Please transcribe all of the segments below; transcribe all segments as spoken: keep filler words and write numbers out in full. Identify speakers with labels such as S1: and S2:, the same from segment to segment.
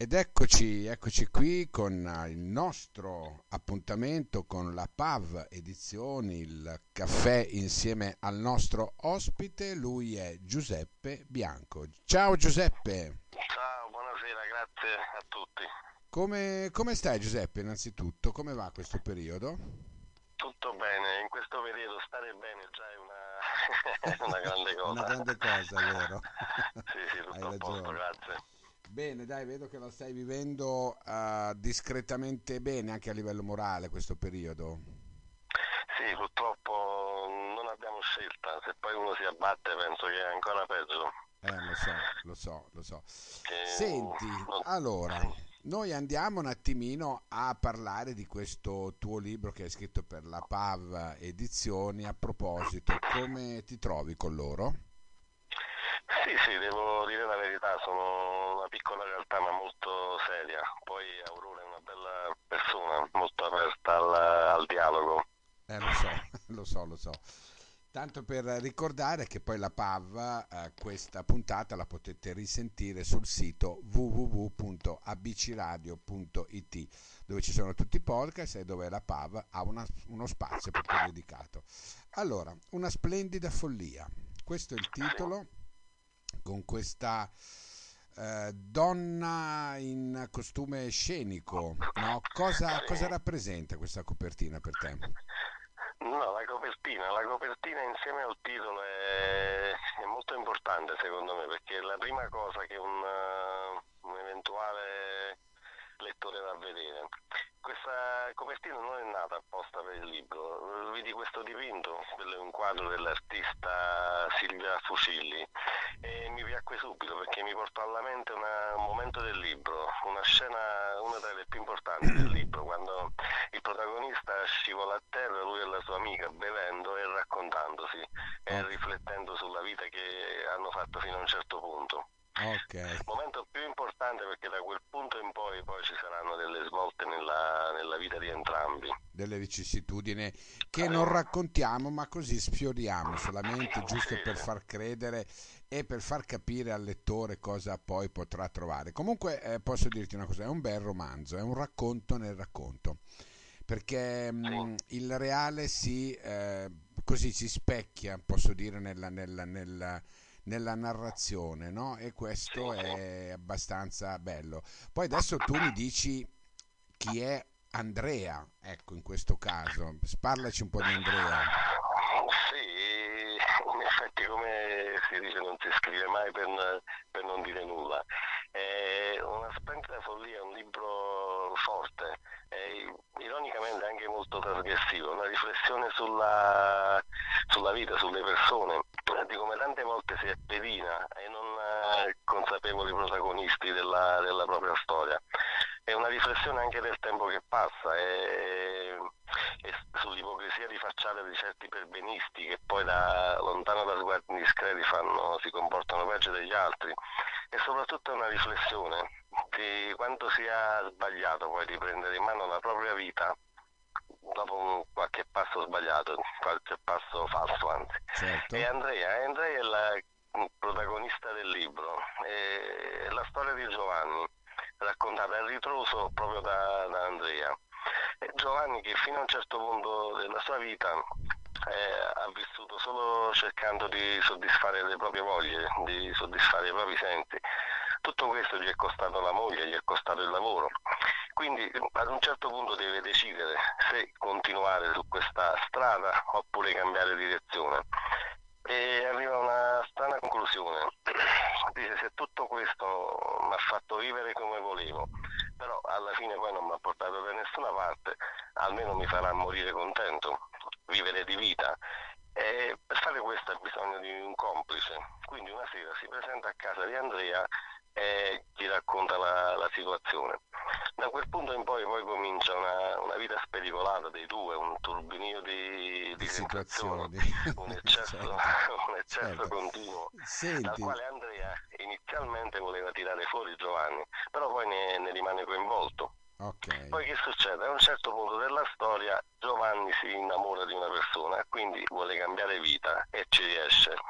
S1: Ed eccoci, eccoci qui con eh, il nostro appuntamento con la P A V Edizioni, il caffè insieme al nostro ospite, lui è Giuseppe Bianco. Ciao Giuseppe,
S2: Ciao, buonasera, grazie a tutti.
S1: come, come stai Giuseppe innanzitutto? Come va questo periodo?
S2: Tutto bene, in questo periodo stare bene già è una, è una grande
S1: Una
S2: cosa.
S1: grande cosa, vero?
S2: Sì, sì,
S1: Hai
S2: tutto a posto,
S1: ragione.
S2: grazie.
S1: Bene, dai, vedo che la stai vivendo eh, discretamente bene anche a livello morale questo periodo.
S2: Sì, purtroppo non abbiamo scelta, se poi uno si abbatte penso che è ancora peggio.
S1: Eh, lo so, lo so, lo so.
S2: Che,
S1: Senti,
S2: non-
S1: allora,
S2: sì,
S1: noi andiamo un attimino a parlare di questo tuo libro che hai scritto per la P A V Edizioni. A proposito, come ti trovi con loro?
S2: sì, sì, devo dire la verità, sono una piccola realtà ma molto seria. Poi Aurora è una bella persona, molto aperta al, al dialogo.
S1: Eh, lo so, lo so, lo so. Tanto per ricordare che poi la P A V, eh, questa puntata la potete risentire sul sito w w w punto a b c radio punto i t, dove ci sono tutti i podcast e dove la P A V ha una- uno spazio proprio dedicato. Allora, una splendida follia. Questo è il
S2: Sì,
S1: titolo, con questa eh, donna in costume scenico, no? Cosa, cosa
S2: sì.
S1: rappresenta questa copertina per te?
S2: No, la copertina, la copertina insieme al titolo è, è molto importante secondo me perché è la prima cosa che un, eh, un eventuale lettore va a vedere. Questa copertina non è nata apposta per il libro, vedi questo dipinto, quello è un quadro dell'artista Silvia Fucilli e mi piacque subito perché mi portò alla mente una- un momento del libro, una scena, una delle più importanti del libro, quando il protagonista scivola a terra, lui e la sua amica, bevendo e raccontandosi e
S1: Ok,
S2: riflettendo sulla vita che hanno fatto fino a un certo punto.
S1: ok.
S2: Momento più importante perché da quel punto in poi, poi ci saranno delle svolte nella, nella vita di entrambi.
S1: Delle vicissitudini che
S2: Sì,
S1: non raccontiamo, ma così sfioriamo solamente
S2: sì,
S1: giusto per
S2: sì,
S1: far credere e per far capire al lettore cosa poi potrà trovare. Comunque eh, posso dirti una cosa, è un bel romanzo, è un racconto nel racconto, perché
S2: sì,
S1: mh, il reale si, eh, così si specchia, posso dire, nella, nella, nella, nella narrazione, no? E
S2: sì,
S1: questo
S2: sì.
S1: è abbastanza bello. Poi adesso tu mi dici chi è Andrea, ecco, in questo caso. Parlaci un po' di Andrea.
S2: Sì, in effetti come si dice non si scrive mai per, per non dire nulla. È una splendida follia, un libro forte, e ironicamente anche molto trasgressivo, una riflessione sulla, sulla vita, sulle persone, di come tante volte si è pedina e non eh, consapevoli protagonisti della, della propria storia. È una riflessione anche del tempo che passa e, e sull'ipocrisia di facciata di certi perbenisti che poi da lontano da sguardi indiscreti fanno, si comportano peggio degli altri. E soprattutto è una riflessione di quanto sia sbagliato poi di prendere in mano la propria vita dopo un- qualche passo sbagliato, qualche passo falso anzi. E
S1: Certo?
S2: Andrea, e Andrea è la protagonista del libro, è la storia di Giovanni, raccontata a ritroso proprio da, da Andrea. E Giovanni che fino a un certo punto della sua vita eh, ha vissuto solo cercando di soddisfare le proprie voglie, di soddisfare i propri sensi. Tutto questo gli è costato la moglie, gli è costato il lavoro. Quindi ad un certo punto deve decidere se continuare su questa strada oppure cambiare direzione. E arriva a una strana conclusione. Dice se tutto questo mi ha fatto vivere come volevo, però alla fine poi non mi ha portato da nessuna parte, almeno mi farà morire contento, vivere di vita. E per fare questo ha bisogno di un complice. Quindi una sera si presenta a casa di Andrea e gli racconta la, la situazione. Da quel punto in poi, poi comincia una, una vita spericolata dei due, un turbinio di,
S1: Di
S2: di sensazioni,
S1: situazioni.
S2: un eccesso,
S1: Certo,
S2: un eccesso
S1: certo.
S2: continuo, dal
S1: Senti,
S2: quale Andrea inizialmente voleva tirare fuori Giovanni, però poi ne, ne rimane coinvolto.
S1: ok.
S2: Poi che succede? A un certo punto della storia Giovanni si innamora di una persona, quindi vuole cambiare vita e ci riesce.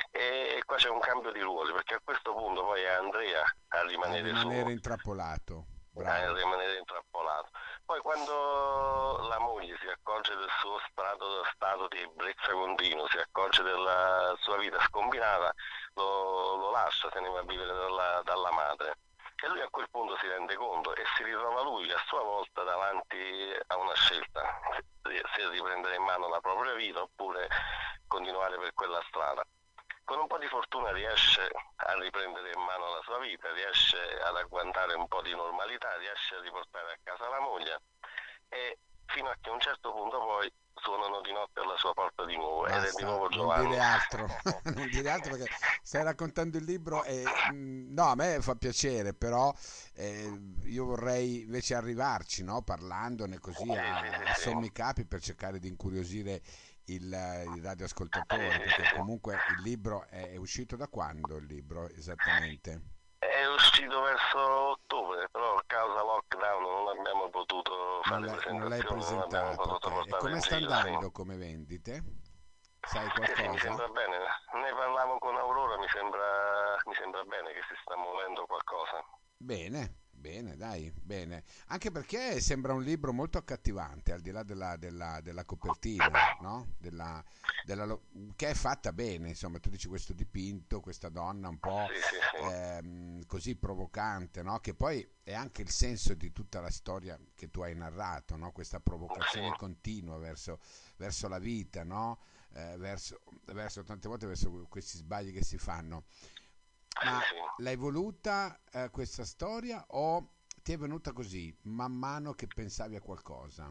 S2: E qua c'è un cambio di ruoli, perché a questo punto poi è Andrea a
S1: A
S2: rimanere
S1: rimanere
S2: solo,
S1: intrappolato,
S2: a
S1: bravo.
S2: rimanere intrappolato. Poi quando la moglie si accorge del suo stato, stato di ebbrezza continuo, si accorge della sua vita scombinata, lo, lo lascia, se ne va a vivere dalla, dalla madre. E lui a quel punto si rende conto e si ritrova lui a sua volta davanti a una scelta, se se riprendere in mano la propria vita oppure continuare per quella strada. Con un po' di fortuna riesce a riprendere in mano la sua vita, riesce ad agguantare un po' di normalità, riesce a riportare a casa la moglie e fino a che a un certo punto poi suonano di notte alla sua porta di nuovo ed è di
S1: Basta,
S2: nuovo
S1: non
S2: Giovanni.
S1: dire altro, non dire altro perché stai raccontando il libro e mh, no, a me fa piacere, però eh, io vorrei invece arrivarci, no? Parlandone
S2: Sì,
S1: così
S2: sì,
S1: a, a
S2: sì,
S1: sommi capi per cercare di incuriosire il, il
S2: sì,
S1: radioascoltatore,
S2: sì, sì,
S1: perché
S2: sì.
S1: comunque il libro è, è uscito da quando il libro esattamente?
S2: È uscito verso ottobre, però a causa lockdown non abbiamo potuto
S1: Non
S2: fare
S1: l'hai, non l'hai
S2: presentazioni, non abbiamo
S1: presentato, ok.
S2: potuto
S1: E
S2: portarlo
S1: come
S2: in
S1: sta
S2: giro, sì.
S1: andando come vendite? Sai
S2: Sì, sì, mi
S1: qualcosa?
S2: sembra bene. Ne parlavo con Aurora, mi sembra, mi sembra bene che si sta muovendo qualcosa.
S1: Bene, bene, dai, bene. Anche perché sembra un libro molto accattivante, al di là della, della- della copertina, no? Della, della lo- che è fatta bene, insomma, tu dici questo dipinto, questa donna un po'
S2: Sì, sì, sì,
S1: ehm, così provocante, no? Che poi è anche il senso di tutta la storia che tu hai narrato, no? Questa
S2: sì,
S1: provocazione continua verso, verso la vita, no? Eh, verso, verso tante volte verso questi sbagli che si fanno.
S2: sì,
S1: Ma
S2: sì.
S1: l'hai voluta eh, questa storia o ti è venuta così, man mano che pensavi a qualcosa?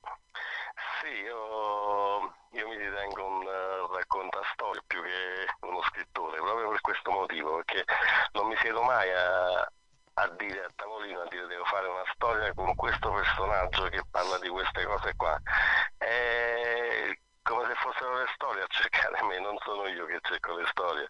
S2: Sì, io, io mi ritengo un uh, raccontastorie più che uno scrittore, proprio per questo motivo, perché non mi siedo mai a, a dire a tavolino, a dire devo fare una storia con questo personaggio che parla di queste cose qua. È come se fossero le storie a cercare me, non sono io che cerco le storie.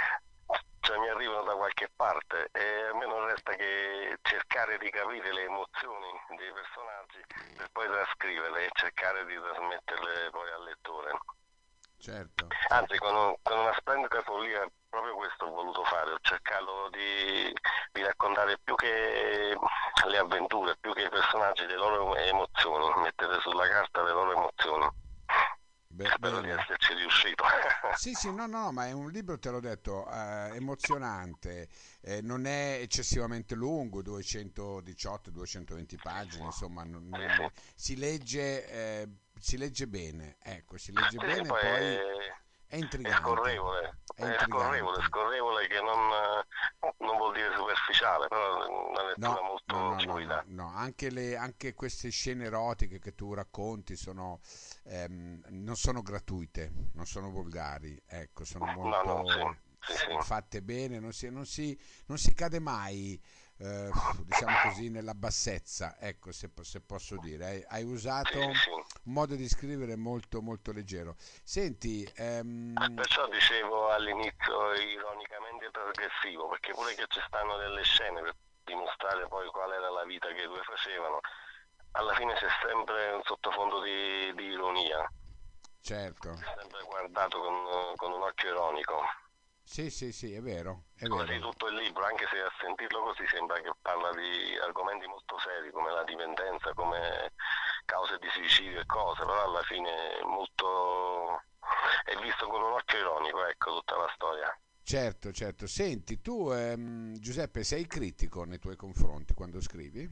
S2: Cioè mi arrivano da qualche parte e a me non resta che cercare di capire le emozioni dei personaggi per poi trascriverle e cercare di trasmetterle poi al lettore.
S1: Certo,
S2: Anzi,
S1: certo.
S2: con, un- con una splendida follia proprio questo ho voluto fare, ho cercato di, di raccontare più che le avventure, più che i personaggi, le loro emozioni, mettere sulla carta le loro emozioni.
S1: Be-
S2: Spero di
S1: bene.
S2: esserci riuscito.
S1: Sì, sì, no, no, no, ma è un libro, te l'ho detto, eh, emozionante, eh, non è eccessivamente lungo, duecentodiciotto duecentoventi pagine, insomma, non-
S2: Sì, sì.
S1: non- si legge, eh, si legge bene, ecco, si legge
S2: Sì, sì,
S1: bene,
S2: poi
S1: poi
S2: è,
S1: è
S2: è
S1: intrigante,
S2: scorrevole,
S1: è
S2: è scorrevole,
S1: intrigante.
S2: scorrevole che non, eh, non vuol dire superficiale, però è una lettura
S1: No, no,
S2: molto
S1: no, no, no,
S2: fluida.
S1: no. Anche, le, anche queste scene erotiche che tu racconti sono, ehm, non sono gratuite, non sono volgari, ecco, sono
S2: No, no, sì,
S1: molto
S2: sì,
S1: s-
S2: sì.
S1: fatte bene, non si, non si, non si cade mai, eh, diciamo così, nella bassezza, ecco, se, po- se posso dire. Hai, hai
S2: Sì,
S1: usato
S2: sì, sì.
S1: un modo di scrivere molto, molto leggero. Senti, ehm,
S2: Perciò dicevo all'inizio ironicamente trasgressivo, perché pure che ci stanno delle scene per dimostrare poi qual era la vita che i due facevano, alla fine c'è sempre un sottofondo di, di ironia,
S1: certo,
S2: sempre guardato con, con un occhio ironico.
S1: sì, sì, sì, è vero, è
S2: Così
S1: vero.
S2: tutto il libro, anche se a sentirlo così sembra che parla di argomenti molto seri come la dipendenza, come cause di suicidio e cose, però alla fine è molto è visto con un occhio ironico, ecco, tutta la storia.
S1: Certo, certo. Senti, tu, ehm, Giuseppe, sei critico nei tuoi confronti quando scrivi?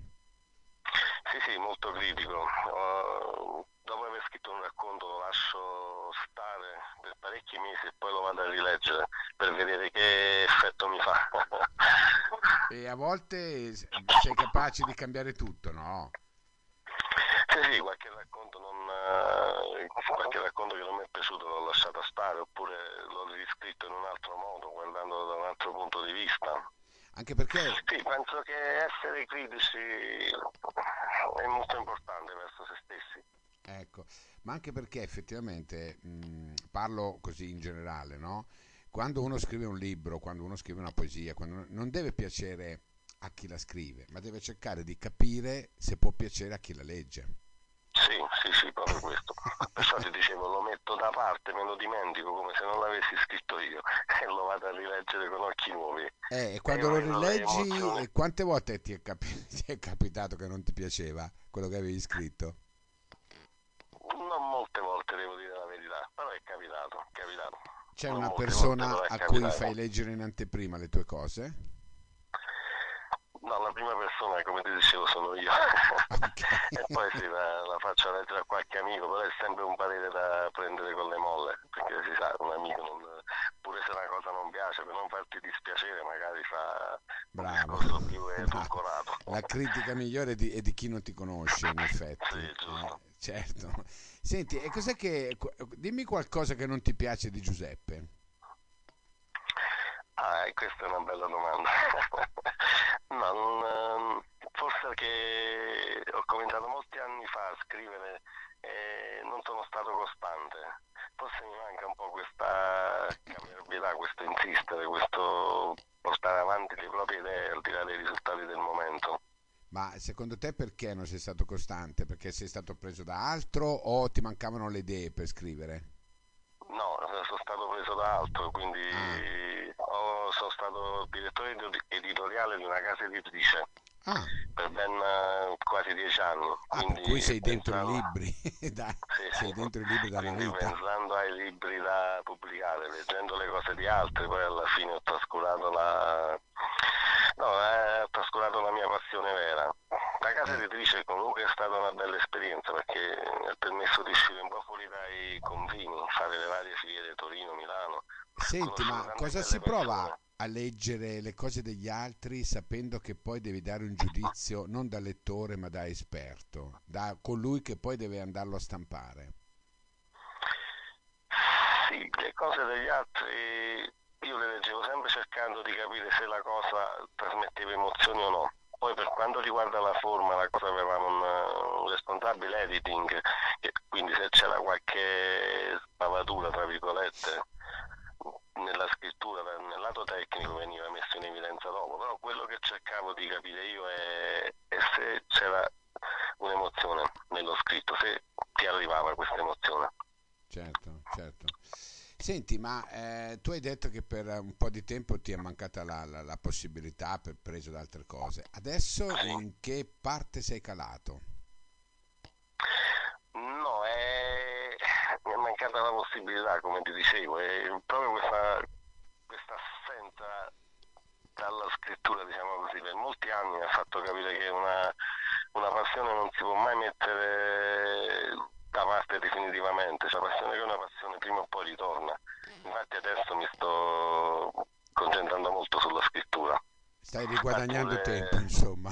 S2: Sì, sì, molto critico. Uh, dopo aver scritto un racconto lo lascio stare per parecchi mesi e poi lo vado a rileggere per vedere che effetto mi fa.
S1: E a volte s- sei capace di cambiare tutto, no?
S2: Sì, sì, qualche racconto, non, eh, qualche racconto che non mi è piaciuto l'ho lasciato stare oppure l'ho riscritto in un altro modo, guardando da un altro punto di vista.
S1: Anche perché,
S2: Sì, penso che essere critici è molto importante verso se stessi.
S1: ecco, ma anche perché effettivamente, mh, parlo così in generale, no? Quando uno scrive un libro, quando uno scrive una poesia, quando uno- non deve piacere a chi la scrive, ma deve cercare di capire se può piacere a chi la legge.
S2: Sì, sì, sì, proprio questo. Perciò ti dicevo, lo metto da parte, me lo dimentico come se non l'avessi scritto io e lo vado a rileggere con occhi nuovi
S1: Eh, e
S2: e
S1: quando lo
S2: vedo le
S1: rileggi,
S2: emozioni.
S1: e quante volte ti è, capi- ti è capitato che non ti piaceva quello che avevi scritto?
S2: Non molte volte, devo dire la verità, però è capitato, è capitato.
S1: C'è
S2: Non
S1: una
S2: molte volte,
S1: persona
S2: però è
S1: a cui fai
S2: capitato.
S1: leggere in anteprima le tue cose?
S2: No, la prima persona, come ti dicevo, sono io.
S1: Ok.
S2: E poi sì, la, la faccio leggere a qualche amico, però è sempre un parere da prendere con le molle, perché si sa, un amico, non- pure se una cosa non piace, per non farti dispiacere, magari fa un
S1: Bravo.
S2: discorso più
S1: Bravo.
S2: edulcorato.
S1: La critica migliore è di, è di chi non ti conosce, in
S2: Sì,
S1: effetti. Eh,
S2: giusto.
S1: certo. Senti, e cos'è che... Dimmi qualcosa che non ti piace di Giuseppe.
S2: Ah, e questa è una bella domanda. No, non, ehm, forse perché ho cominciato molti anni fa a scrivere e non sono stato costante. Forse mi manca un po' questa caparbietà, questo insistere, questo portare avanti le proprie idee al di là dei risultati del momento.
S1: Ma secondo te perché non sei stato costante? Perché sei stato preso da altro o ti mancavano le idee per scrivere?
S2: No, eh, sono stato preso da altro, quindi
S1: Ah,
S2: ho- sono stato direttore edi- editoriale di una casa editrice
S1: ah,
S2: per ben eh, quasi dieci anni,
S1: ah, per cui
S2: quindi
S1: sei dentro i
S2: pensando,
S1: libri, dai,
S2: sì,
S1: sei
S2: sì,
S1: dentro i libri da una
S2: quindi
S1: vita.
S2: pensando ai libri da pubblicare, leggendo le cose di altri, poi alla fine ho trascurato la, no, eh, ho trascurato la mia passione vera. La casa
S1: Eh,
S2: editrice comunque è stata una bella esperienza perché mi ha permesso di uscire un po' fuori dai confini, fare le varie fiere, Torino, Milano, ho
S1: Senti,
S2: conosciuto
S1: ma
S2: tante
S1: cosa
S2: belle
S1: si prova
S2: persone.
S1: a leggere le cose degli altri sapendo che poi devi dare un giudizio non da lettore ma da esperto, da colui che poi deve andarlo a stampare?
S2: Sì, le cose degli altri io le leggevo sempre cercando di capire se la cosa trasmetteva emozioni o no. Poi per quanto riguarda la forma, la cosa avevamo un, un responsabile editing, che quindi se c'era qualche spavatura, tra virgolette, nella scrittura, nel lato tecnico veniva messo in evidenza dopo, però quello che cercavo di capire io è, è se c'era un'emozione nello scritto, se ti arrivava questa emozione.
S1: Certo, certo. Senti, ma eh, tu hai detto che per un po' di tempo ti è mancata la, la- la possibilità per preso da altre cose. Adesso
S2: Sì.
S1: in che parte sei calato?
S2: No, è... mi è mancata la possibilità, come ti dicevo, è proprio questa, questa assenza dalla scrittura, diciamo così, per molti anni mi ha fatto capire che una, una passione non si può mai mettere da parte definitivamente, cioè la passione che è una passione prima o poi ritorna. Infatti adesso mi sto concentrando molto sulla scrittura.
S1: Stai
S2: Ma
S1: riguadagnando tempo,
S2: pure
S1: insomma.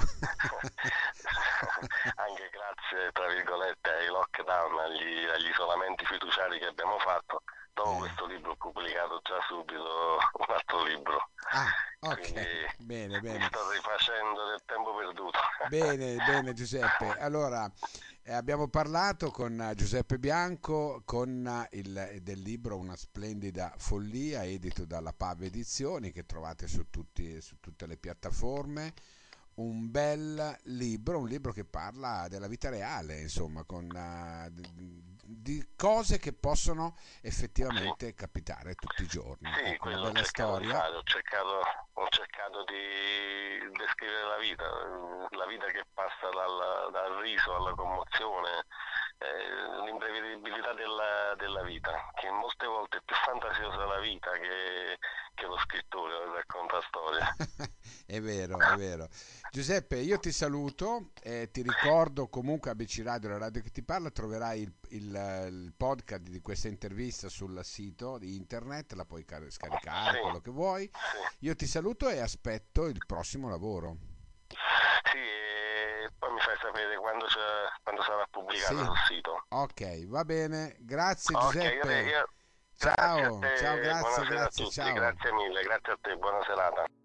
S2: anche grazie, tra virgolette, ai lockdown, agli, agli isolamenti fiduciari che abbiamo fatto, dopo
S1: Eh.
S2: questo libro ho pubblicato già subito un altro libro,
S1: Ah,
S2: quindi
S1: ok, bene,
S2: mi
S1: bene.
S2: sto rifacendo del tempo perduto.
S1: Bene, bene Giuseppe. Allora, eh, abbiamo parlato con eh, Giuseppe Bianco con eh, il, del libro Una splendida follia, edito dalla P A V Edizioni, che trovate su, tutti, su tutte le piattaforme. Un bel libro, un libro che parla della vita reale, insomma, con, eh, di di cose che possono
S2: Sì,
S1: effettivamente capitare tutti i giorni.
S2: sì,
S1: Ecco, una
S2: quello ho
S1: bella
S2: cercato di
S1: storia.
S2: fare, ho cercato, ho cercato di descrivere la vita, eh, la vita che passa dal, dal riso alla commozione, eh, l'imprevedibilità della, della vita, che molte volte è più fantasiosa la vita che, che lo scrittore che racconta storie.
S1: È vero, è vero. Giuseppe, io ti saluto e ti ricordo comunque A B C Radio, la radio che ti parla, troverai il, il- il podcast di questa intervista sul sito di internet, la puoi car- scaricare,
S2: Sì,
S1: quello che vuoi.
S2: sì,
S1: Io ti saluto e aspetto il prossimo lavoro.
S2: sì, e poi mi fai sapere quando, c'è- quando sarà pubblicata
S1: Sì,
S2: sul sito.
S1: ok, va bene. Grazie
S2: Ok, io, te-
S1: Giuseppe.
S2: io- grazie a
S1: Ciao, ciao,
S2: te,
S1: grazie,
S2: buonasera a
S1: grazie,
S2: tutti,
S1: ciao.
S2: grazie mille, grazie a te, buona serata.